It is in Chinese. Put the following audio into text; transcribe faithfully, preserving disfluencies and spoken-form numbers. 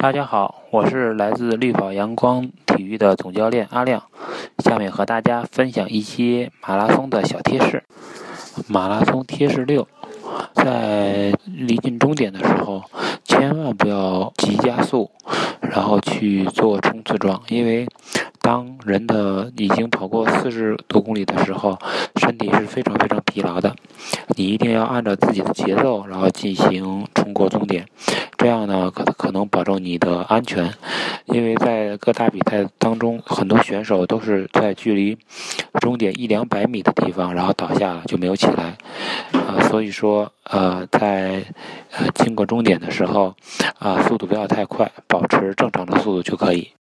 大家好，我是来自绿跑阳光体育的总教练阿亮，下面和大家分享一些马拉松的小贴士。马拉松贴士六，在离近终点的时候，千万不要急加速，然后去做冲刺状，因为当人的已经跑过四十多公里的时候，身体是非常非常疲劳的，你一定要按照自己的节奏，然后进行冲过终点，这样呢可可能保证你的安全。因为在各大比赛当中，很多选手都是在距离终点一两百米的地方，然后倒下了就没有起来，呃，所以说呃在呃经过终点的时候，啊、呃、速度不要太快，保持正常的速度就可以。